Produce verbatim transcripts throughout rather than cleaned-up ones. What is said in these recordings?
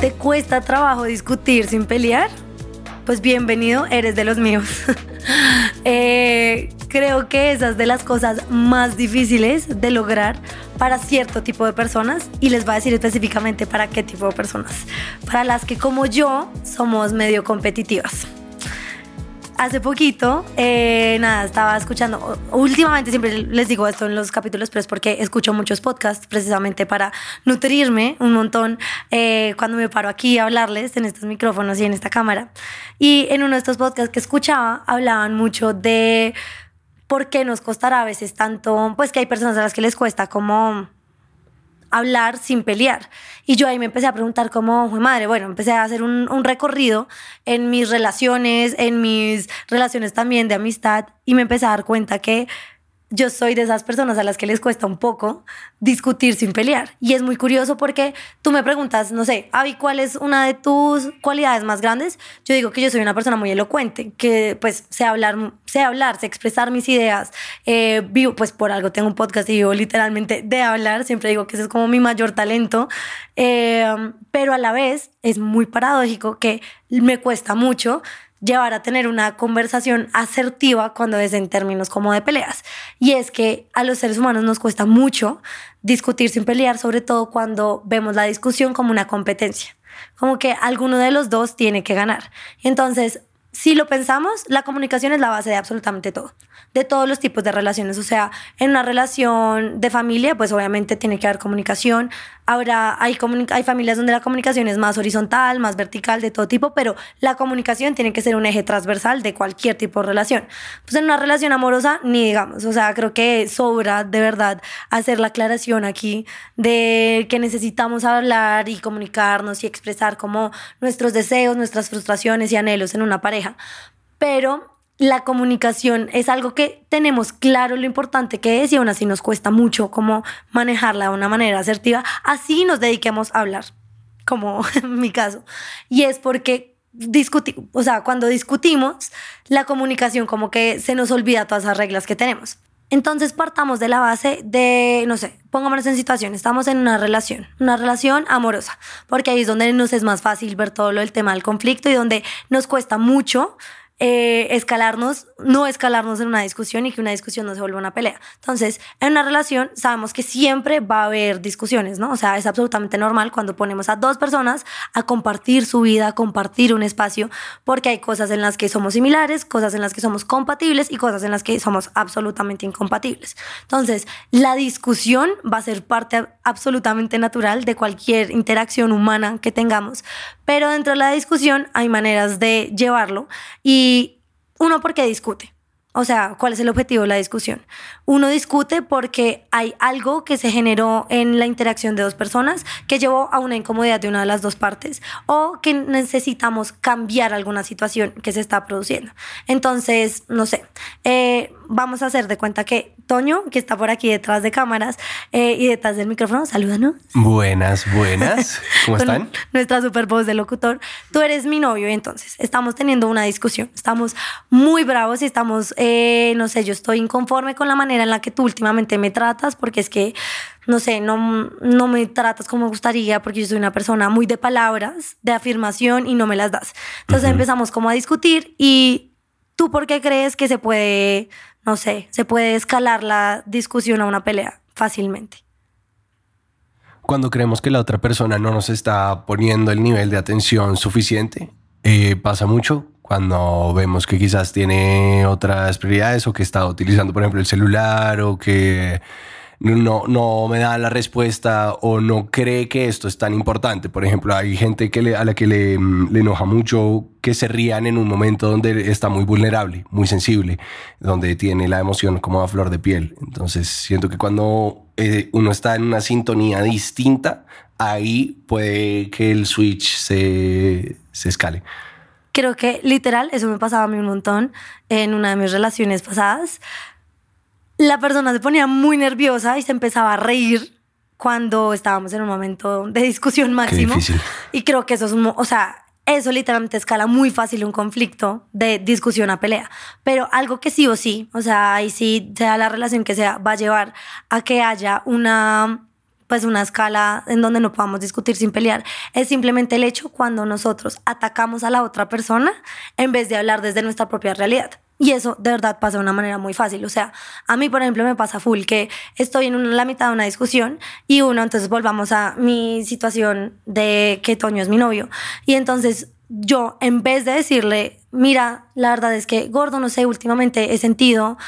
¿Te cuesta trabajo discutir sin pelear? Pues bienvenido, eres de los míos. eh, creo que esa es de las cosas más difíciles de lograr para cierto tipo de personas, y les voy a decir específicamente para qué tipo de personas. Para las que, como yo, somos medio competitivas. Hace poquito, eh, nada, estaba escuchando, últimamente siempre les digo esto en los capítulos, pero es porque escucho muchos podcasts precisamente para nutrirme un montón eh, cuando me paro aquí a hablarles en estos micrófonos y en esta cámara. Y en uno de estos podcasts que escuchaba, hablaban mucho de por qué nos costará a veces tanto, pues que hay personas a las que les cuesta como hablar sin pelear. Y yo ahí me empecé a preguntar como, madre, bueno, empecé a hacer un, un recorrido en mis relaciones, en mis relaciones también de amistad, y me empecé a dar cuenta que yo soy de esas personas a las que les cuesta un poco discutir sin pelear. Y es muy curioso porque tú me preguntas, no sé, Abby, ¿cuál es una de tus cualidades más grandes? Yo digo que yo soy una persona muy elocuente, que pues sé hablar, sé hablar, sé expresar mis ideas. Eh, vivo, pues por algo tengo un podcast y vivo literalmente de hablar. Siempre digo que ese es como mi mayor talento. Eh, pero a la vez es muy paradójico que me cuesta mucho llevar a tener una conversación asertiva cuando es en términos como de peleas. Y es que a los seres humanos nos cuesta mucho discutir sin pelear, sobre todo cuando vemos la discusión como una competencia, como que alguno de los dos tiene que ganar. Entonces, si lo pensamos, la comunicación es la base de absolutamente todo, de todos los tipos de relaciones. O sea, en una relación de familia, pues obviamente tiene que haber comunicación. Ahora hay, comuni- hay familias donde la comunicación es más horizontal, más vertical, de todo tipo, pero la comunicación tiene que ser un eje transversal de cualquier tipo de relación. Pues en una relación amorosa, ni digamos. O sea, creo que sobra de verdad hacer la aclaración aquí de que necesitamos hablar y comunicarnos y expresar como nuestros deseos, nuestras frustraciones y anhelos en una pareja. Pero la comunicación es algo que tenemos claro lo importante que es, y aún así nos cuesta mucho como manejarla de una manera asertiva, así nos dediquemos a hablar, como en mi caso. Y es porque discutimos, o sea, cuando discutimos, la comunicación como que se nos olvida todas esas reglas que tenemos. Entonces partamos de la base de, no sé, pongámonos en situación, estamos en una relación, una relación amorosa, porque ahí es donde nos es más fácil ver todo lo del tema del conflicto y donde nos cuesta mucho Eh, escalarnos, no escalarnos en una discusión y que una discusión no se vuelva una pelea. Entonces, en una relación sabemos que siempre va a haber discusiones, ¿no? O sea, es absolutamente normal cuando ponemos a dos personas a compartir su vida, a compartir un espacio, porque hay cosas en las que somos similares, cosas en las que somos compatibles y cosas en las que somos absolutamente incompatibles. Entonces, la discusión va a ser parte absolutamente natural de cualquier interacción humana que tengamos, pero dentro de la discusión hay maneras de llevarlo. Y uno, ¿por qué discute? O sea, ¿cuál es el objetivo de la discusión? Uno discute porque hay algo que se generó en la interacción de dos personas que llevó a una incomodidad de una de las dos partes, o que necesitamos cambiar alguna situación que se está produciendo. Entonces, no sé, eh, vamos a hacer de cuenta que Toño, que está por aquí detrás de cámaras eh, y detrás del micrófono, salúdanos. Buenas, buenas. ¿Cómo están? Nuestra super voz de locutor. Tú eres mi novio y entonces estamos teniendo una discusión. Estamos muy bravos y estamos, eh, no sé, yo estoy inconforme con la manera en la que tú últimamente me tratas, porque es que, no sé, no, no me tratas como me gustaría, porque yo soy una persona muy de palabras, de afirmación, y no me las das. Entonces uh-huh. empezamos como a discutir. ¿Y tú por qué crees que se puede, no sé, se puede escalar la discusión a una pelea fácilmente? Cuando creemos que la otra persona no nos está poniendo el nivel de atención suficiente, eh, pasa mucho cuando vemos que quizás tiene otras prioridades, o que está utilizando, por ejemplo, el celular, o que no, no me da la respuesta, o no cree que esto es tan importante. Por ejemplo, hay gente que le, a la que le, le enoja mucho que se rían en un momento donde está muy vulnerable, muy sensible, donde tiene la emoción como a flor de piel. Entonces siento que cuando eh, uno está en una sintonía distinta, ahí puede que el switch se, se escale. Creo que literal eso me pasaba a mí un montón en una de mis relaciones pasadas. La persona se ponía muy nerviosa y se empezaba a reír cuando estábamos en un momento de discusión máximo. Qué difícil. Y creo que eso es, o sea, eso literalmente escala muy fácil un conflicto de discusión a pelea. Pero algo que sí o sí, o sea, ahí sí, sea la relación que sea, va a llevar a que haya una pues una escala en donde no podamos discutir sin pelear, es simplemente el hecho cuando nosotros atacamos a la otra persona en vez de hablar desde nuestra propia realidad. Y eso de verdad pasa de una manera muy fácil. O sea, a mí, por ejemplo, me pasa full que estoy en una, la mitad de una discusión y uno, entonces volvamos a mi situación de que Toño es mi novio. Y entonces yo, en vez de decirle, mira, la verdad es que, gordo, no sé, últimamente he sentido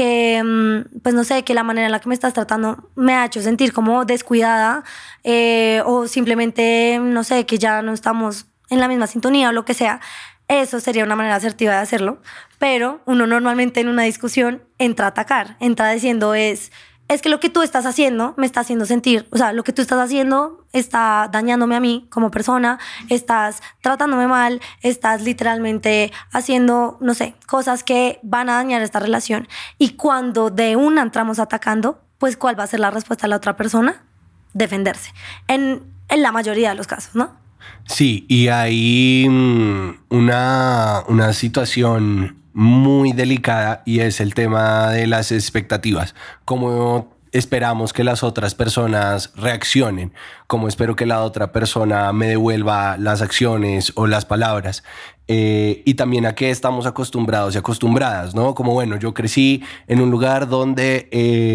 que, pues no sé, que la manera en la que me estás tratando me ha hecho sentir como descuidada, eh, o simplemente, no sé, que ya no estamos en la misma sintonía o lo que sea. Eso sería una manera asertiva de hacerlo, pero uno normalmente en una discusión entra a atacar, entra diciendo es... es que lo que tú estás haciendo me está haciendo sentir, o sea, lo que tú estás haciendo está dañándome a mí como persona, estás tratándome mal, estás literalmente haciendo, no sé, cosas que van a dañar esta relación. Y cuando de una entramos atacando, pues ¿cuál va a ser la respuesta de la otra persona? Defenderse. En, en la mayoría de los casos, ¿no? Sí, y hay mm, una, una situación muy delicada y es el tema de las expectativas. Cómo esperamos que las otras personas reaccionen, cómo espero que la otra persona me devuelva las acciones o las palabras. Eh, y también a qué estamos acostumbrados y acostumbradas, ¿no? Como bueno, yo crecí en un lugar donde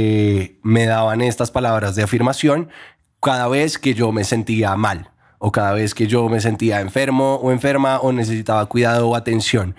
eh, me daban estas palabras de afirmación cada vez que yo me sentía mal o cada vez que yo me sentía enfermo o enferma o necesitaba cuidado o atención.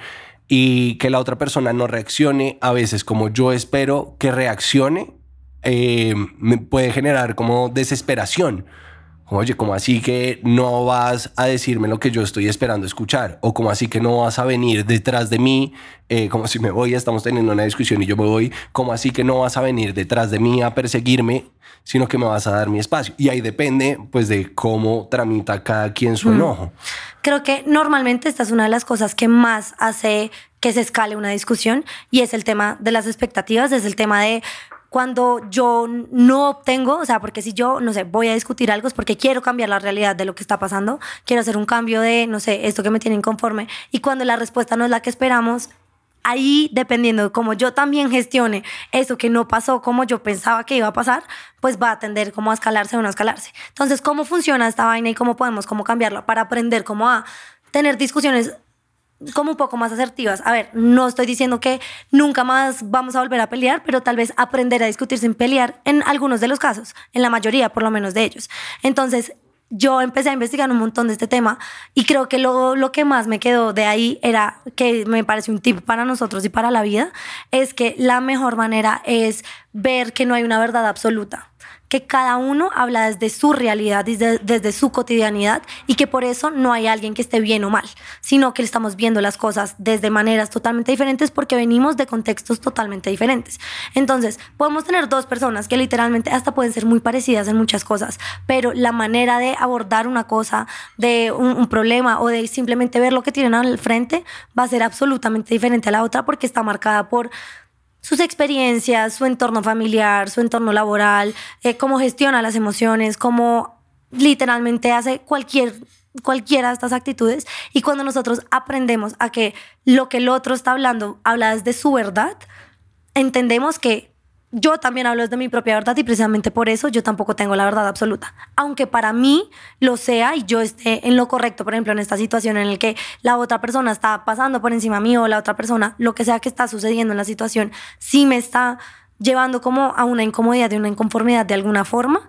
Y que la otra persona no reaccione a veces como yo espero que reaccione, eh, me puede generar como desesperación. Oye, ¿cómo así que no vas a decirme lo que yo estoy esperando escuchar? O ¿cómo así que no vas a venir detrás de mí? Eh, como si me voy, estamos teniendo una discusión y yo me voy. ¿Cómo así que no vas a venir detrás de mí a perseguirme, sino que me vas a dar mi espacio? Y ahí depende, pues, de cómo tramita cada quien su enojo. Mm. Creo que normalmente esta es una de las cosas que más hace que se escale una discusión y es el tema de las expectativas, es el tema de cuando yo no obtengo, o sea, porque si yo, no sé, voy a discutir algo es porque quiero cambiar la realidad de lo que está pasando, quiero hacer un cambio de, no sé, esto que me tiene inconforme, y cuando la respuesta no es la que esperamos, ahí, dependiendo de cómo yo también gestione eso que no pasó como yo pensaba que iba a pasar, pues va a tender como a escalarse o no a escalarse. Entonces, ¿cómo funciona esta vaina y cómo podemos cómo cambiarla para aprender cómo a tener discusiones como un poco más asertivas? A ver, no estoy diciendo que nunca más vamos a volver a pelear, pero tal vez aprender a discutir sin pelear en algunos de los casos, en la mayoría por lo menos de ellos. Entonces, yo empecé a investigar un montón de este tema y creo que lo, lo que más me quedó de ahí era que me parece un tip para nosotros y para la vida, es que la mejor manera es ver que no hay una verdad absoluta, que cada uno habla desde su realidad, desde, desde su cotidianidad y que por eso no hay alguien que esté bien o mal, sino que estamos viendo las cosas desde maneras totalmente diferentes porque venimos de contextos totalmente diferentes. Entonces, podemos tener dos personas que literalmente hasta pueden ser muy parecidas en muchas cosas, pero la manera de abordar una cosa, de un, un problema o de simplemente ver lo que tienen al frente va a ser absolutamente diferente a la otra porque está marcada por sus experiencias, su entorno familiar, su entorno laboral, eh, cómo gestiona las emociones, cómo literalmente hace cualquier, cualquiera de estas actitudes. Y cuando nosotros aprendemos a que lo que el otro está hablando habla desde su verdad, entendemos que yo también hablo desde mi propia verdad y precisamente por eso yo tampoco tengo la verdad absoluta. Aunque para mí lo sea y yo esté en lo correcto, por ejemplo, en esta situación en la que la otra persona está pasando por encima mío o la otra persona, lo que sea que está sucediendo en la situación, sí me está llevando como a una incomodidad y una inconformidad de alguna forma.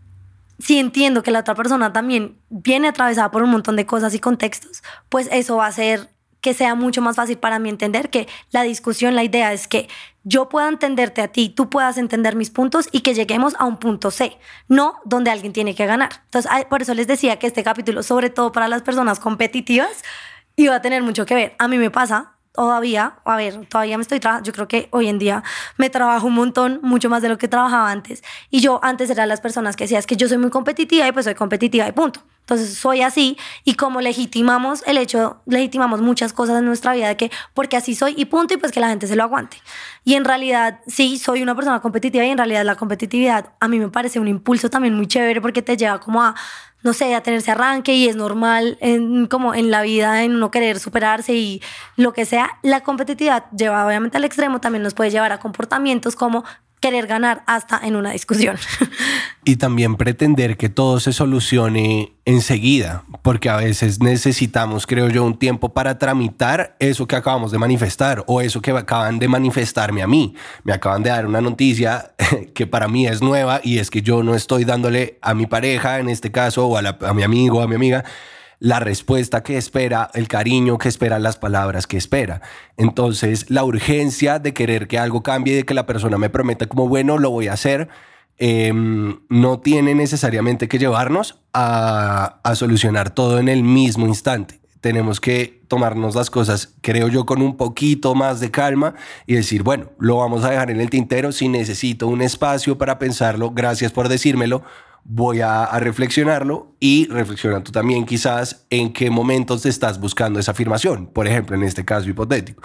Si entiendo que la otra persona también viene atravesada por un montón de cosas y contextos, pues eso va a hacer que sea mucho más fácil para mí entender que la discusión, la idea es que yo pueda entenderte a ti, tú puedas entender mis puntos y que lleguemos a un punto C, no donde alguien tiene que ganar. Entonces, por eso les decía que este capítulo, sobre todo para las personas competitivas, iba a tener mucho que ver. A mí me pasa todavía, a ver, todavía me estoy trabajando, yo creo que hoy en día me trabajo un montón, mucho más de lo que trabajaba antes. Y yo antes era de las personas que decía, es que yo soy muy competitiva y pues soy competitiva y punto. Entonces soy así y como legitimamos el hecho, legitimamos muchas cosas en nuestra vida de que porque así soy y punto y pues que la gente se lo aguante. Y en realidad sí, soy una persona competitiva y en realidad la competitividad a mí me parece un impulso también muy chévere porque te lleva como a, no sé, a tenerse arranque y es normal en, como en la vida en uno querer superarse y lo que sea. La competitividad lleva obviamente al extremo también nos puede llevar a comportamientos como querer ganar hasta en una discusión. Y también pretender que todo se solucione enseguida, porque a veces necesitamos, creo yo, un tiempo para tramitar eso que acabamos de manifestar o eso que acaban de manifestarme a mí. Me acaban de dar una noticia que para mí es nueva y es que yo no estoy dándole a mi pareja, en este caso, o a, la, a mi amigo o a mi amiga, la respuesta que espera, el cariño que espera, las palabras que espera. Entonces, la urgencia de querer que algo cambie y de que la persona me prometa como, bueno, lo voy a hacer, eh, no tiene necesariamente que llevarnos a, a solucionar todo en el mismo instante. Tenemos que tomarnos las cosas, creo yo, con un poquito más de calma y decir, bueno, lo vamos a dejar en el tintero. Si necesito un espacio para pensarlo, gracias por decírmelo, voy a, a reflexionarlo. Y reflexiona tú también quizás en qué momentos te estás buscando esa afirmación. Por ejemplo, en este caso hipotético.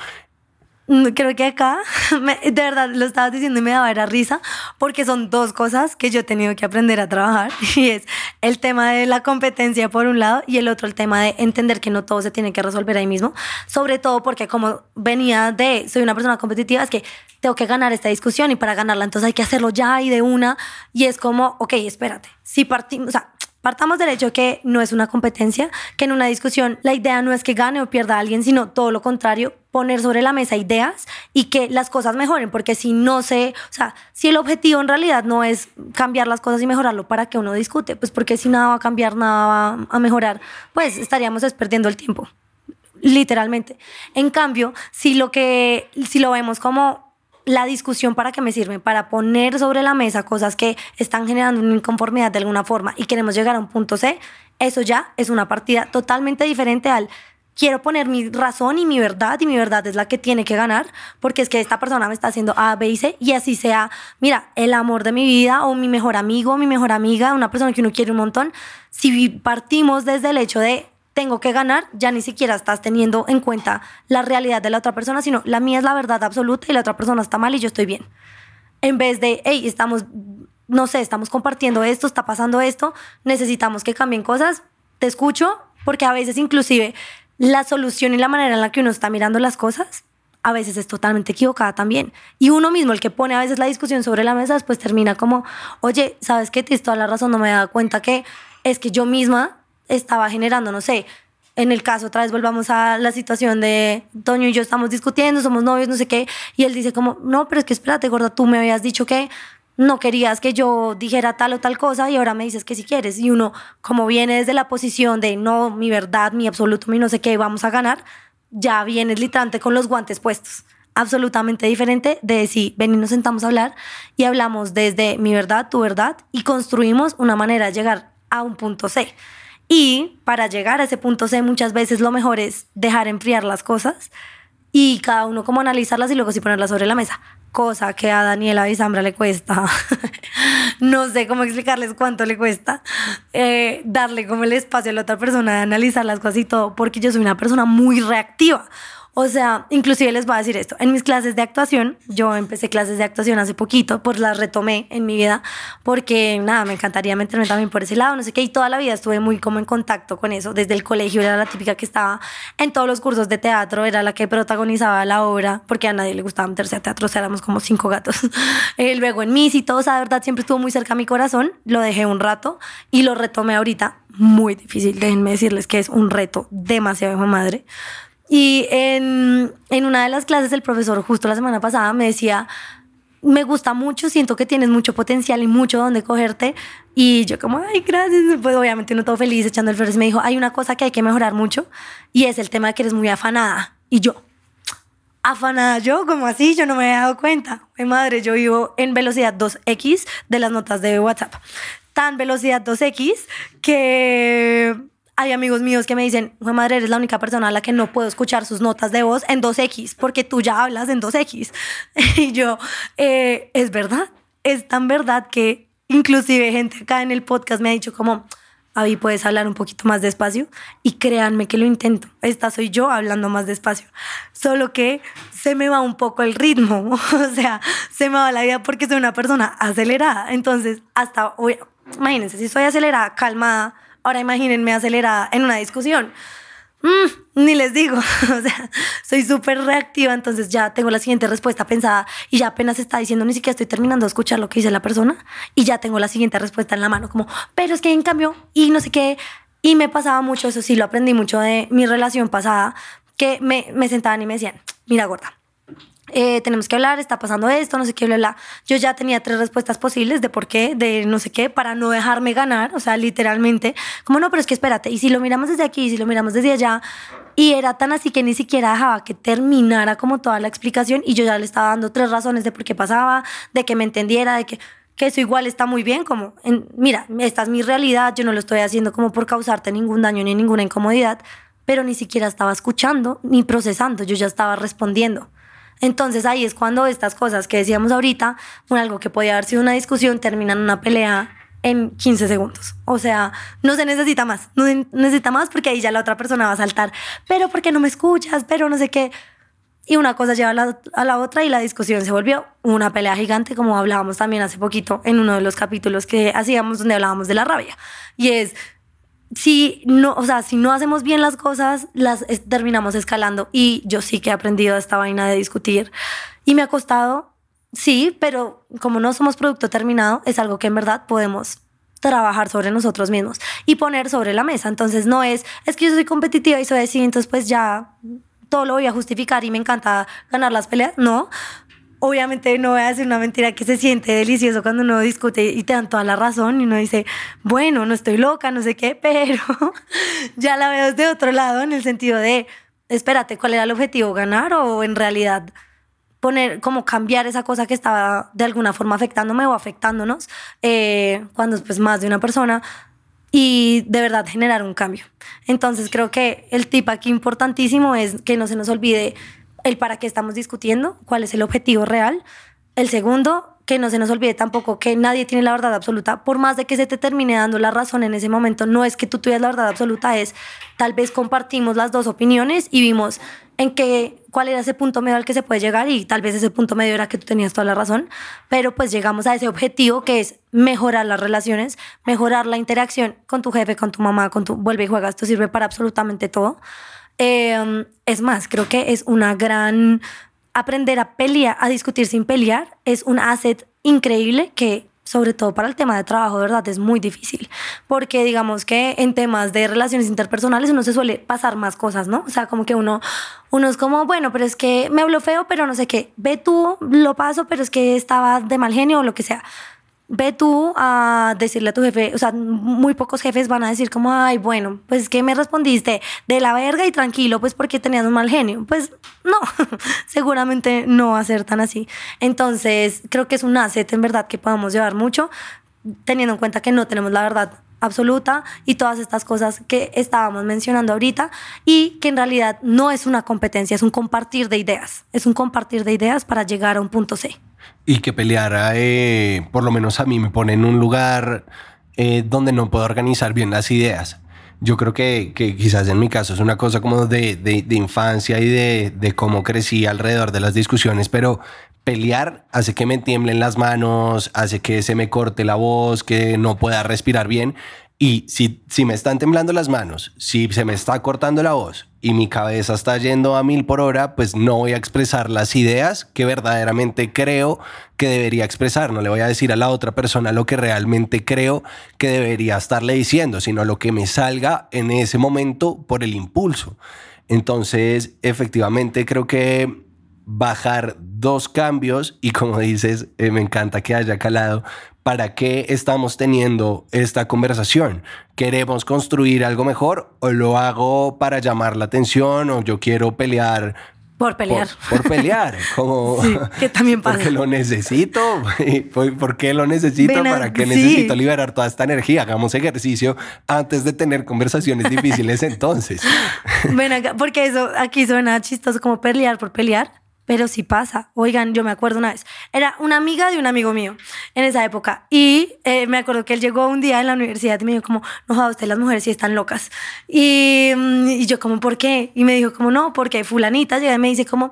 Creo que acá, me, de verdad, lo estabas diciendo y me daba era risa, porque son dos cosas que yo he tenido que aprender a trabajar, y es el tema de la competencia por un lado y el otro el tema de entender que no todo se tiene que resolver ahí mismo, sobre todo porque como venía de, soy una persona competitiva, es que tengo que ganar esta discusión y para ganarla entonces hay que hacerlo ya y de una, y es como, ok, espérate, si partimos, o sea, partamos del hecho que no es una competencia, que en una discusión la idea no es que gane o pierda a alguien, sino todo lo contrario, poner sobre la mesa ideas y que las cosas mejoren, porque si no se, o sea, si el objetivo en realidad no es cambiar las cosas y mejorarlo, ¿para qué uno discute? Pues porque si nada va a cambiar, nada va a mejorar, pues estaríamos perdiendo el tiempo, literalmente. En cambio, si lo que, si lo vemos como la discusión, ¿para qué me sirve? Para poner sobre la mesa cosas que están generando una inconformidad de alguna forma y queremos llegar a un punto C, eso ya es una partida totalmente diferente al quiero poner mi razón y mi verdad, y mi verdad es la que tiene que ganar, porque es que esta persona me está haciendo A, B y C, y así sea, mira, el amor de mi vida o mi mejor amigo o mi mejor amiga, una persona que uno quiere un montón. Si partimos desde el hecho de tengo que ganar, ya ni siquiera estás teniendo en cuenta la realidad de la otra persona, sino la mía es la verdad absoluta y la otra persona está mal y yo estoy bien. En vez de, hey, estamos, no sé, estamos compartiendo esto, está pasando esto, necesitamos que cambien cosas, te escucho, porque a veces inclusive la solución y la manera en la que uno está mirando las cosas a veces es totalmente equivocada también. Y uno mismo, el que pone a veces la discusión sobre la mesa, después termina como, oye, ¿sabes qué? Tienes toda la razón, no me he dado cuenta que es que yo misma estaba generando, no sé, en el caso, otra vez volvamos a la situación de Toño y yo estamos discutiendo, somos novios, no sé qué, y él dice como, no, pero es que espérate, gorda, tú me habías dicho que no querías que yo dijera tal o tal cosa y ahora me dices que si quieres. Y uno, como viene desde la posición de no, mi verdad, mi absoluto, mi no sé qué, vamos a ganar, ya vienes literalmente con los guantes puestos. Absolutamente diferente de si ven y nos sentamos a hablar y hablamos desde mi verdad, tu verdad, y construimos una manera de llegar a un punto C. Y para llegar a ese punto C muchas veces lo mejor es dejar enfriar las cosas y cada uno como analizarlas y luego sí ponerlas sobre la mesa. Cosa que a Daniela Bisambra le cuesta. No sé cómo explicarles cuánto le cuesta eh, darle como el espacio a la otra persona de analizar las cosas y todo, porque yo soy una persona muy reactiva. O sea, inclusive les voy a decir esto. En mis clases de actuación, yo empecé clases de actuación hace poquito, pues las retomé en mi vida, porque nada, me encantaría meterme también por ese lado, no sé qué, y toda la vida estuve muy como en contacto con eso. Desde el colegio era la típica que estaba en todos los cursos de teatro, era la que protagonizaba la obra, porque a nadie le gustaba meterse a teatro, o sea, éramos como cinco gatos. Eh, luego en Miss y todo, o sea, de verdad siempre estuvo muy cerca a mi corazón, lo dejé un rato y lo retomé ahorita. Muy difícil, déjenme decirles que es un reto demasiado hijo de madre. Y en, en una de las clases el profesor justo la semana pasada me decía, me gusta mucho, siento que tienes mucho potencial y mucho donde cogerte. Y yo como, ay, gracias. Pues obviamente uno todo feliz echando el flores. Me dijo, hay una cosa que hay que mejorar mucho y es el tema de que eres muy afanada. Y yo, afanada yo, ¿cómo así? Yo no me había dado cuenta. Ay, madre, yo vivo en velocidad dos equis de las notas de WhatsApp. Tan velocidad dos equis que hay amigos míos que me dicen, "Jue madre, eres la única persona a la que no puedo escuchar sus notas de voz en dos equis, porque tú ya hablas en dos equis". Y yo, eh, es verdad, es tan verdad que inclusive gente acá en el podcast me ha dicho como, Avi, ¿puedes hablar un poquito más despacio? Y créanme que lo intento. Esta soy yo hablando más despacio. Solo que se me va un poco el ritmo. O sea, se me va la vida porque soy una persona acelerada. Entonces, hasta hoy, imagínense, si soy acelerada, calmada, ahora imagínense acelerada en una discusión. Mm, ni les digo, o sea, soy súper reactiva, entonces ya tengo la siguiente respuesta pensada y ya apenas está diciendo, ni siquiera estoy terminando de escuchar lo que dice la persona y ya tengo la siguiente respuesta en la mano, como, pero es que en cambio, y no sé qué, y me pasaba mucho, eso sí, lo aprendí mucho de mi relación pasada, que me, me sentaban y me decían, mira gorda, Eh, tenemos que hablar, está pasando esto, no sé qué, bla, bla. Yo ya tenía tres respuestas posibles de por qué, de no sé qué, para no dejarme ganar, o sea, literalmente, como no, pero es que espérate, y si lo miramos desde aquí, y si lo miramos desde allá, y era tan así que ni siquiera dejaba que terminara como toda la explicación, y yo ya le estaba dando tres razones de por qué pasaba, de que me entendiera, de que, que eso igual está muy bien, como, en, mira, esta es mi realidad, yo no lo estoy haciendo como por causarte ningún daño ni ninguna incomodidad, pero ni siquiera estaba escuchando ni procesando, yo ya estaba respondiendo. Entonces ahí es cuando estas cosas que decíamos ahorita, fue algo que podía haber sido una discusión, terminan en una pelea en quince segundos. O sea, no se necesita más, no se necesita más porque ahí ya la otra persona va a saltar. Pero ¿por qué no me escuchas? Pero no sé qué. Y una cosa lleva a la, a la otra y la discusión se volvió una pelea gigante, como hablábamos también hace poquito en uno de los capítulos que hacíamos donde hablábamos de la rabia. Y es... Si no, o sea, si no hacemos bien las cosas, las es, terminamos escalando. Y yo sí que he aprendido esta vaina de discutir. Y me ha costado, sí, pero como no somos producto terminado, es algo que en verdad podemos trabajar sobre nosotros mismos y poner sobre la mesa. Entonces no es, es que yo soy competitiva y soy así, entonces pues ya todo lo voy a justificar y me encanta ganar las peleas. No. Obviamente no voy a decir una mentira, que se siente delicioso cuando uno discute y te dan toda la razón y uno dice, bueno, no estoy loca, no sé qué, pero ya la veo desde otro lado en el sentido de, espérate, ¿cuál era el objetivo? ¿Ganar o en realidad poner, como cambiar esa cosa que estaba de alguna forma afectándome o afectándonos eh, cuando es pues, más de una persona? Y de verdad generar un cambio. Entonces creo que el tip aquí importantísimo es que no se nos olvide el para qué estamos discutiendo, cuál es el objetivo real. El segundo, que no se nos olvide tampoco que nadie tiene la verdad absoluta. Por más de que se te termine dando la razón en ese momento, no es que tú tuvieras la verdad absoluta, es tal vez compartimos las dos opiniones y vimos en qué, cuál era ese punto medio al que se puede llegar y tal vez ese punto medio era que tú tenías toda la razón, pero pues llegamos a ese objetivo que es mejorar las relaciones, mejorar la interacción con tu jefe, con tu mamá, con tu... Vuelve y juega, esto sirve para absolutamente todo. Eh, es más, creo que es una gran... Aprender a pelear, a discutir sin pelear, es un asset increíble que, sobre todo para el tema de trabajo, de verdad, es muy difícil. Porque digamos que en temas de relaciones interpersonales uno se suele pasar más cosas, ¿no? O sea, como que uno, uno es como, bueno, pero es que me habló feo, pero no sé qué. Ve tú, lo paso, pero es que estaba de mal genio o lo que sea. Ve tú a decirle a tu jefe, o sea, muy pocos jefes van a decir como, ay, bueno, pues que me respondiste de la verga y tranquilo, pues porque tenías un mal genio. Pues no, seguramente no va a ser tan así. Entonces, creo que es un asset en verdad que podemos llevar mucho, teniendo en cuenta que no tenemos la verdad absoluta y todas estas cosas que estábamos mencionando ahorita y que en realidad no es una competencia, es un compartir de ideas, es un compartir de ideas para llegar a un punto C. Y que pelear, eh, por lo menos a mí, me pone en un lugar eh, donde no puedo organizar bien las ideas. Yo creo que, que quizás en mi caso es una cosa como de, de, de infancia y de, de cómo crecí alrededor de las discusiones, pero pelear hace que me tiemblen las manos, hace que se me corte la voz, que no pueda respirar bien. Y si, si me están temblando las manos, si se me está cortando la voz y mi cabeza está yendo a mil por hora, pues no voy a expresar las ideas que verdaderamente creo que debería expresar. No le voy a decir a la otra persona lo que realmente creo que debería estarle diciendo, sino lo que me salga en ese momento por el impulso. Entonces, efectivamente, creo que bajar dos cambios y, como dices, eh, me encanta que haya calado. ¿Para qué estamos teniendo esta conversación? ¿Queremos construir algo mejor o lo hago para llamar la atención o yo quiero pelear? Por pelear. Por, por pelear. Como, sí, que también pasa. Porque lo necesito. ¿Por qué lo necesito? Ven a, ¿Para qué sí. necesito liberar toda esta energía? Hagamos ejercicio antes de tener conversaciones difíciles entonces. Ven acá, porque eso aquí suena chistoso como pelear por pelear. Pero sí pasa. Oigan, yo me acuerdo una vez. Era una amiga de un amigo mío en esa época. Y eh, me acuerdo que él llegó un día en la universidad y me dijo como, no, joda, ustedes las mujeres sí están locas. Y, y yo como, ¿por qué? Y me dijo como, no, porque fulanita llega y me dice como,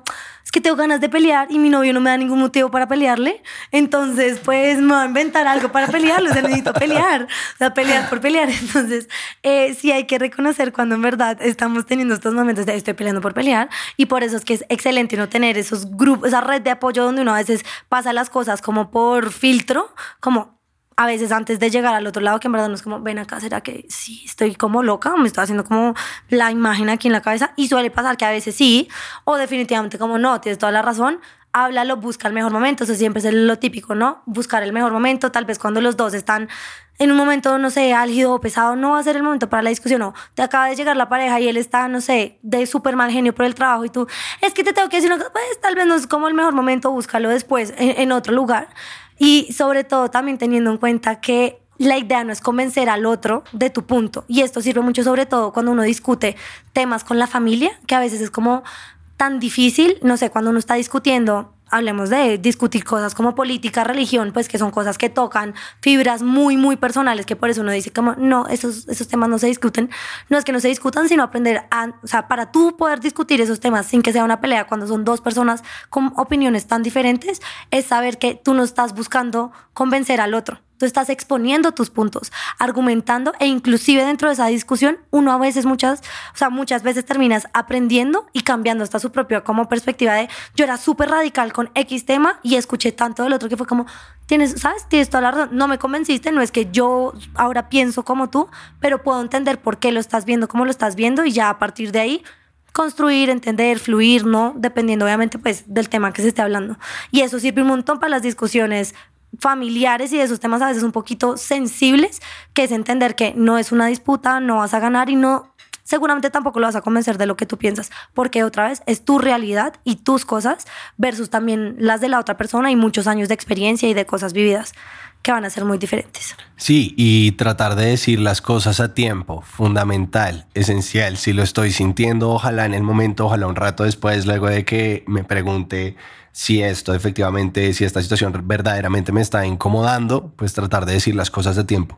es que tengo ganas de pelear y mi novio no me da ningún motivo para pelearle, entonces pues me va a inventar algo para pelearlo, o sea, necesito pelear, o sea, pelear por pelear. Entonces eh, sí hay que reconocer cuando en verdad estamos teniendo estos momentos de estoy peleando por pelear, y por eso es que es excelente no tener esos grupos, esa red de apoyo donde uno a veces pasa las cosas como por filtro, como a veces antes de llegar al otro lado, que en verdad no es como, ven acá, ¿será que sí estoy como loca o me estoy haciendo como la imagen aquí en la cabeza? Y suele pasar que a veces sí, o definitivamente como no, tienes toda la razón, háblalo, busca el mejor momento. Eso siempre es lo típico, ¿no? Buscar el mejor momento, tal vez cuando los dos están en un momento, no sé, álgido o pesado, no va a ser el momento para la discusión, no. Te acaba de llegar la pareja y él está, no sé, de súper mal genio por el trabajo y tú, es que te tengo que decir una cosa, pues tal vez no es como el mejor momento, búscalo después en, en otro lugar. Y sobre todo también teniendo en cuenta que la idea no es convencer al otro de tu punto. Y esto sirve mucho sobre todo cuando uno discute temas con la familia, que a veces es como tan difícil, no sé, cuando uno está discutiendo, hablemos de discutir cosas como política, religión, pues que son cosas que tocan fibras muy, muy personales, que por eso uno dice como, no, esos, esos temas no se discuten. No es que no se discutan, sino aprender a, o sea, para tú poder discutir esos temas sin que sea una pelea cuando son dos personas con opiniones tan diferentes, es saber que tú no estás buscando convencer al otro. Tú estás exponiendo tus puntos, argumentando, e inclusive dentro de esa discusión uno a veces, muchas, o sea, muchas veces terminas aprendiendo y cambiando hasta su propia como perspectiva de yo era súper radical con X tema y escuché tanto del otro que fue como, tienes, ¿sabes? Tienes toda la razón, no me convenciste, no es que yo ahora pienso como tú, pero puedo entender por qué lo estás viendo como lo estás viendo y ya a partir de ahí construir, entender, fluir, ¿no? Dependiendo obviamente pues del tema que se esté hablando. Y eso sirve un montón para las discusiones familiares y de esos temas a veces un poquito sensibles, que es entender que no es una disputa, no vas a ganar y no, seguramente tampoco lo vas a convencer de lo que tú piensas, porque otra vez es tu realidad y tus cosas versus también las de la otra persona y muchos años de experiencia y de cosas vividas que van a ser muy diferentes. Sí, y tratar de decir las cosas a tiempo, fundamental, esencial. Si lo estoy sintiendo, ojalá en el momento, ojalá un rato después, luego de que me pregunte si esto efectivamente, si esta situación verdaderamente me está incomodando, pues tratar de decir las cosas a tiempo.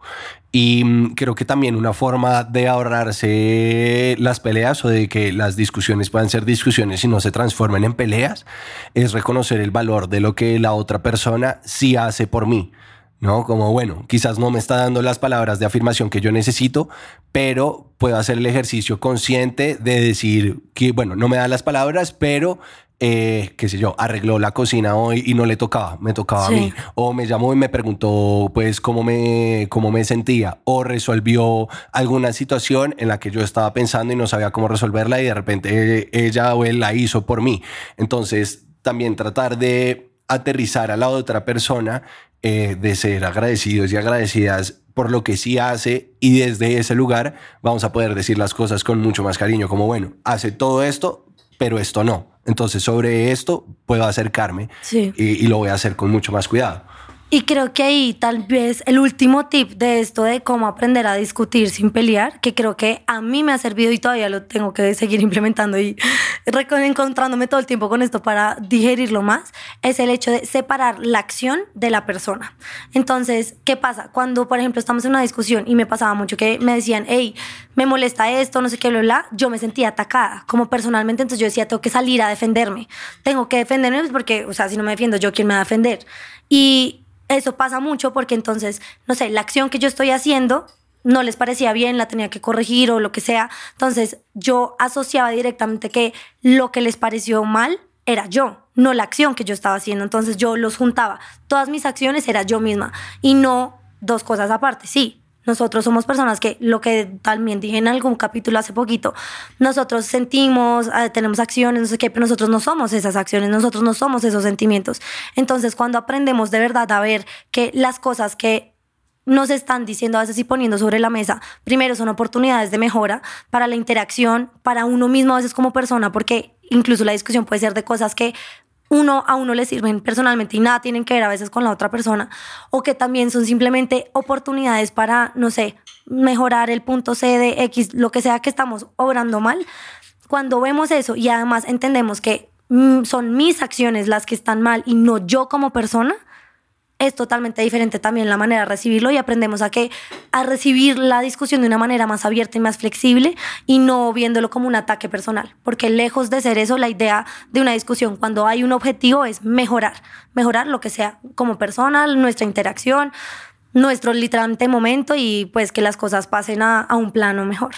Y mmm, creo que también una forma de ahorrarse las peleas o de que las discusiones puedan ser discusiones y no se transformen en peleas es reconocer el valor de lo que la otra persona sí hace por mí. ¿No? Como, bueno, quizás no me está dando las palabras de afirmación que yo necesito, pero puedo hacer el ejercicio consciente de decir que, bueno, no me da las palabras, pero, eh, qué sé yo, arregló la cocina hoy y no le tocaba, me tocaba sí. a mí. O me llamó y me preguntó, pues, cómo me, cómo me sentía. O resolvió alguna situación en la que yo estaba pensando y no sabía cómo resolverla y de repente ella o él la hizo por mí. Entonces, también tratar de aterrizar a la otra persona, Eh, de ser agradecidos y agradecidas por lo que sí hace, y desde ese lugar vamos a poder decir las cosas con mucho más cariño, como bueno, hace todo esto, pero esto no. Entonces sobre esto puedo acercarme sí. y, y lo voy a hacer con mucho más cuidado. Y creo que ahí tal vez el último tip de esto de cómo aprender a discutir sin pelear, que creo que a mí me ha servido y todavía lo tengo que seguir implementando y encontrándome todo el tiempo con esto para digerirlo más, es el hecho de separar la acción de la persona. Entonces, ¿qué pasa? Cuando, por ejemplo, estamos en una discusión y me pasaba mucho que me decían, hey, me molesta esto, no sé qué, bla, bla, yo me sentía atacada, como personalmente, entonces yo decía, tengo que salir a defenderme. Tengo que defenderme porque, o sea, si no me defiendo, ¿yo quién me va a defender? Y eso pasa mucho porque entonces, no sé, la acción que yo estoy haciendo no les parecía bien, la tenía que corregir o lo que sea. Entonces yo asociaba directamente que lo que les pareció mal era yo, no la acción que yo estaba haciendo. Entonces yo los juntaba. Todas mis acciones era yo misma y no dos cosas aparte. Sí, nosotros somos personas que, lo que también dije en algún capítulo hace poquito, nosotros sentimos, eh, tenemos acciones, no sé qué, pero nosotros no somos esas acciones, nosotros no somos esos sentimientos. Entonces, cuando aprendemos de verdad a ver que las cosas que nos están diciendo a veces y poniendo sobre la mesa, primero son oportunidades de mejora para la interacción, para uno mismo a veces como persona, porque incluso la discusión puede ser de cosas que uno a uno le sirven personalmente y nada tienen que ver a veces con la otra persona, o que también son simplemente oportunidades para, no sé, mejorar el punto C de X, lo que sea que estamos obrando mal. Cuando vemos eso y además entendemos que mm, son mis acciones las que están mal y no yo como persona, es totalmente diferente también la manera de recibirlo y aprendemos a que a recibir la discusión de una manera más abierta y más flexible y no viéndolo como un ataque personal, porque lejos de ser eso, la idea de una discusión cuando hay un objetivo es mejorar, mejorar lo que sea como persona, nuestra interacción, nuestro literalmente momento y pues que las cosas pasen a, a un plano mejor.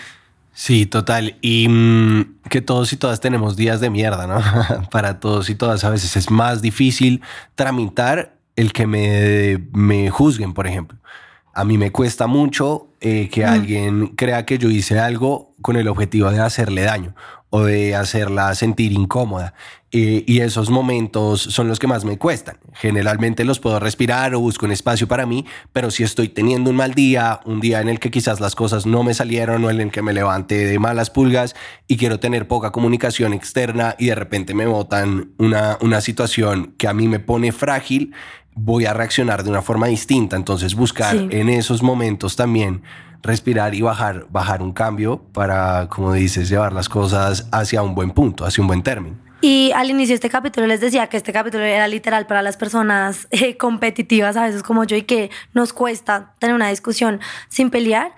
Sí, total. Y mmm, que todos y todas tenemos días de mierda, ¿no? Para todos y todas a veces es más difícil tramitar el que me, me juzguen, por ejemplo. A mí me cuesta mucho eh, que mm. alguien crea que yo hice algo con el objetivo de hacerle daño o de hacerla sentir incómoda. Eh, y esos momentos son los que más me cuestan. Generalmente los puedo respirar o busco un espacio para mí, pero si estoy teniendo un mal día, un día en el que quizás las cosas no me salieron o en el que me levanté de malas pulgas y quiero tener poca comunicación externa y de repente me botan una, una situación que a mí me pone frágil, voy a reaccionar de una forma distinta. Entonces buscar sí. en esos momentos también respirar y bajar, bajar un cambio para, como dices, llevar las cosas hacia un buen punto, hacia un buen término. Y al inicio de este capítulo les decía que este capítulo era literal para las personas eh, competitivas, a veces como yo, y que nos cuesta tener una discusión sin pelear.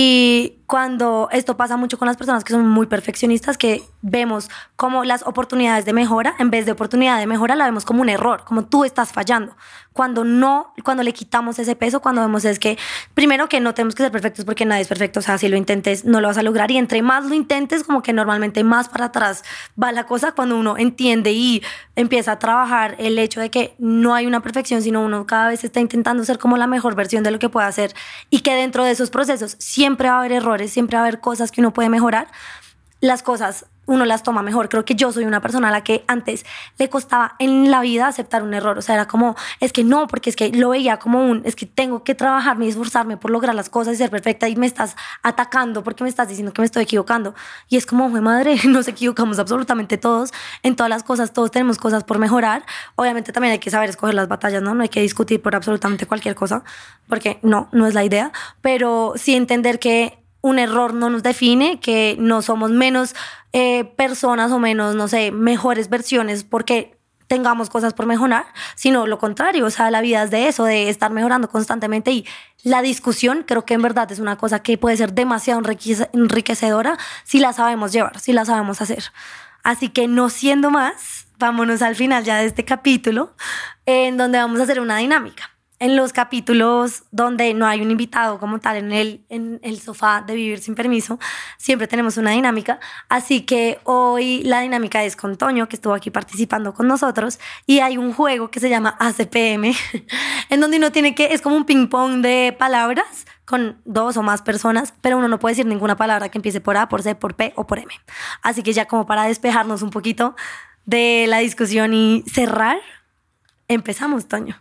Y cuando esto pasa mucho con las personas que son muy perfeccionistas, que vemos como las oportunidades de mejora, en vez de oportunidad de mejora, la vemos como un error, como tú estás fallando. Cuando no, cuando le quitamos ese peso, cuando vemos es que, primero que no tenemos que ser perfectos porque nadie es perfecto, o sea, si lo intentes no lo vas a lograr, y entre más lo intentes, como que normalmente más para atrás va la cosa cuando uno entiende y empieza a trabajar el hecho de que no hay una perfección, sino uno cada vez está intentando ser como la mejor versión de lo que puede hacer y que dentro de esos procesos siempre va a haber errores, siempre va a haber cosas que uno puede mejorar. Las cosas uno las toma mejor. Creo que yo soy una persona a la que antes le costaba en la vida aceptar un error. O sea, era como, es que no, porque es que lo veía como un, es que tengo que trabajarme y esforzarme por lograr las cosas y ser perfecta, y me estás atacando porque me estás diciendo que me estoy equivocando. Y es como, ¡jue madre! Nos equivocamos absolutamente todos en todas las cosas, todos tenemos cosas por mejorar. Obviamente también hay que saber escoger las batallas, ¿no? No hay que discutir por absolutamente cualquier cosa, porque no, no es la idea. Pero sí entender que un error no nos define, que no somos menos eh, personas o menos, no sé, mejores versiones porque tengamos cosas por mejorar, sino lo contrario. O sea, la vida es de eso, de estar mejorando constantemente, y la discusión creo que en verdad es una cosa que puede ser demasiado enriquecedora si la sabemos llevar, si la sabemos hacer. Así que, no siendo más, vámonos al final ya de este capítulo, en donde vamos a hacer una dinámica. En los capítulos donde no hay un invitado como tal en el, en el sofá de Vivir Sin Permiso, siempre tenemos una dinámica. Así que hoy la dinámica es con Toño, que estuvo aquí participando con nosotros, y hay un juego que se llama A C P M, en donde uno tiene que, es como un ping pong de palabras con dos o más personas, pero uno no puede decir ninguna palabra que empiece por A, por C, por P o por M. Así que ya como para despejarnos un poquito de la discusión y cerrar, empezamos, Toño.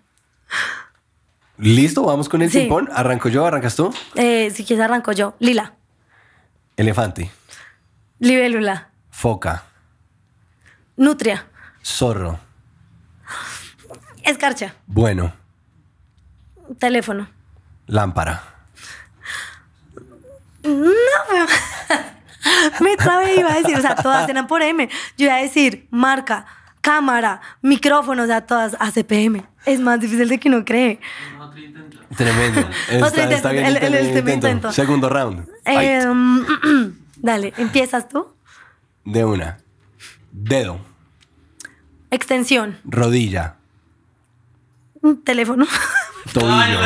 ¿Listo? ¿Vamos con el sí. ping-pong? ¿Arranco yo? ¿Arrancas tú? Eh, si quieres arranco yo. Lila. Elefante. Libélula. Foca. Nutria. Zorro. Escarcha. Bueno. Teléfono. Lámpara. No, me trabé, iba a decir, o sea, todas eran por M. Yo iba a decir marca, cámara, micrófono, o sea, todas A C P M. Es más difícil de que uno cree. Tremendo. Está, Otro intento, está bien, el, el, el intento. intento. Segundo round. Eh, dale, ¿empiezas tú? De una. Dedo. Extensión. Rodilla. Teléfono. Tobillo.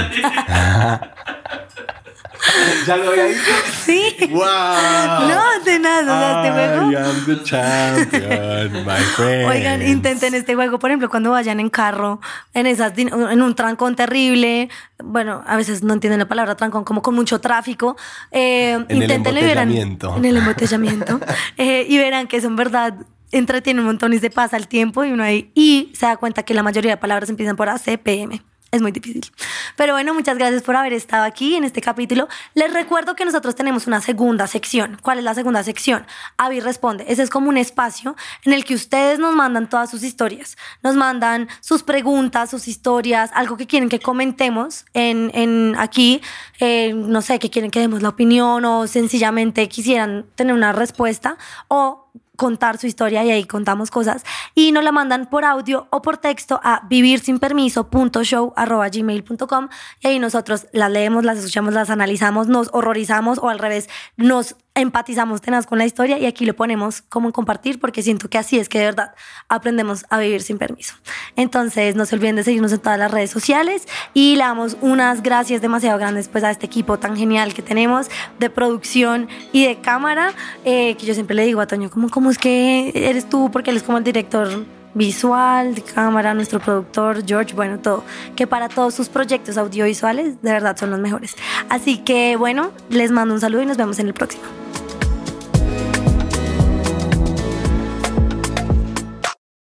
¿Ya lo había dicho? Sí. ¡Wow! No, de nada, este juego. I am the champion, my friend. Oigan, intenten este juego, por ejemplo, cuando vayan en carro, en esas en un trancón terrible. Bueno, a veces no entienden la palabra trancón, como con mucho tráfico. Eh, en intenten el verán, embotellamiento. en el embotellamiento. eh, y verán que eso en verdad entretiene un montón y se pasa el tiempo y uno ahí y se da cuenta que la mayoría de palabras empiezan por A C P M. Es muy difícil. Pero bueno, muchas gracias por haber estado aquí en este capítulo. Les recuerdo que nosotros tenemos una segunda sección. ¿Cuál es la segunda sección? Avi Responde. Ese es como un espacio en el que ustedes nos mandan todas sus historias. Nos mandan sus preguntas, sus historias, algo que quieren que comentemos en, en aquí. Eh, no sé, que quieren que demos la opinión o sencillamente quisieran tener una respuesta o contar su historia y ahí contamos cosas y nos la mandan por audio o por texto a vivirsinpermiso.show arroba gmail punto com y ahí nosotros las leemos, las escuchamos, las analizamos, nos horrorizamos o al revés, nos empatizamos tenaz con la historia y aquí lo ponemos como en compartir porque siento que así es que de verdad aprendemos a vivir sin permiso. Entonces no se olviden de seguirnos en todas las redes sociales y le damos unas gracias demasiado grandes pues a este equipo tan genial que tenemos de producción y de cámara, eh, que yo siempre le digo a Toño, ¿cómo, cómo es que eres tú? Porque él es como el director visual, de cámara, nuestro productor George, bueno, todo, que para todos sus proyectos audiovisuales de verdad son los mejores. Así que bueno, les mando un saludo y nos vemos en el próximo.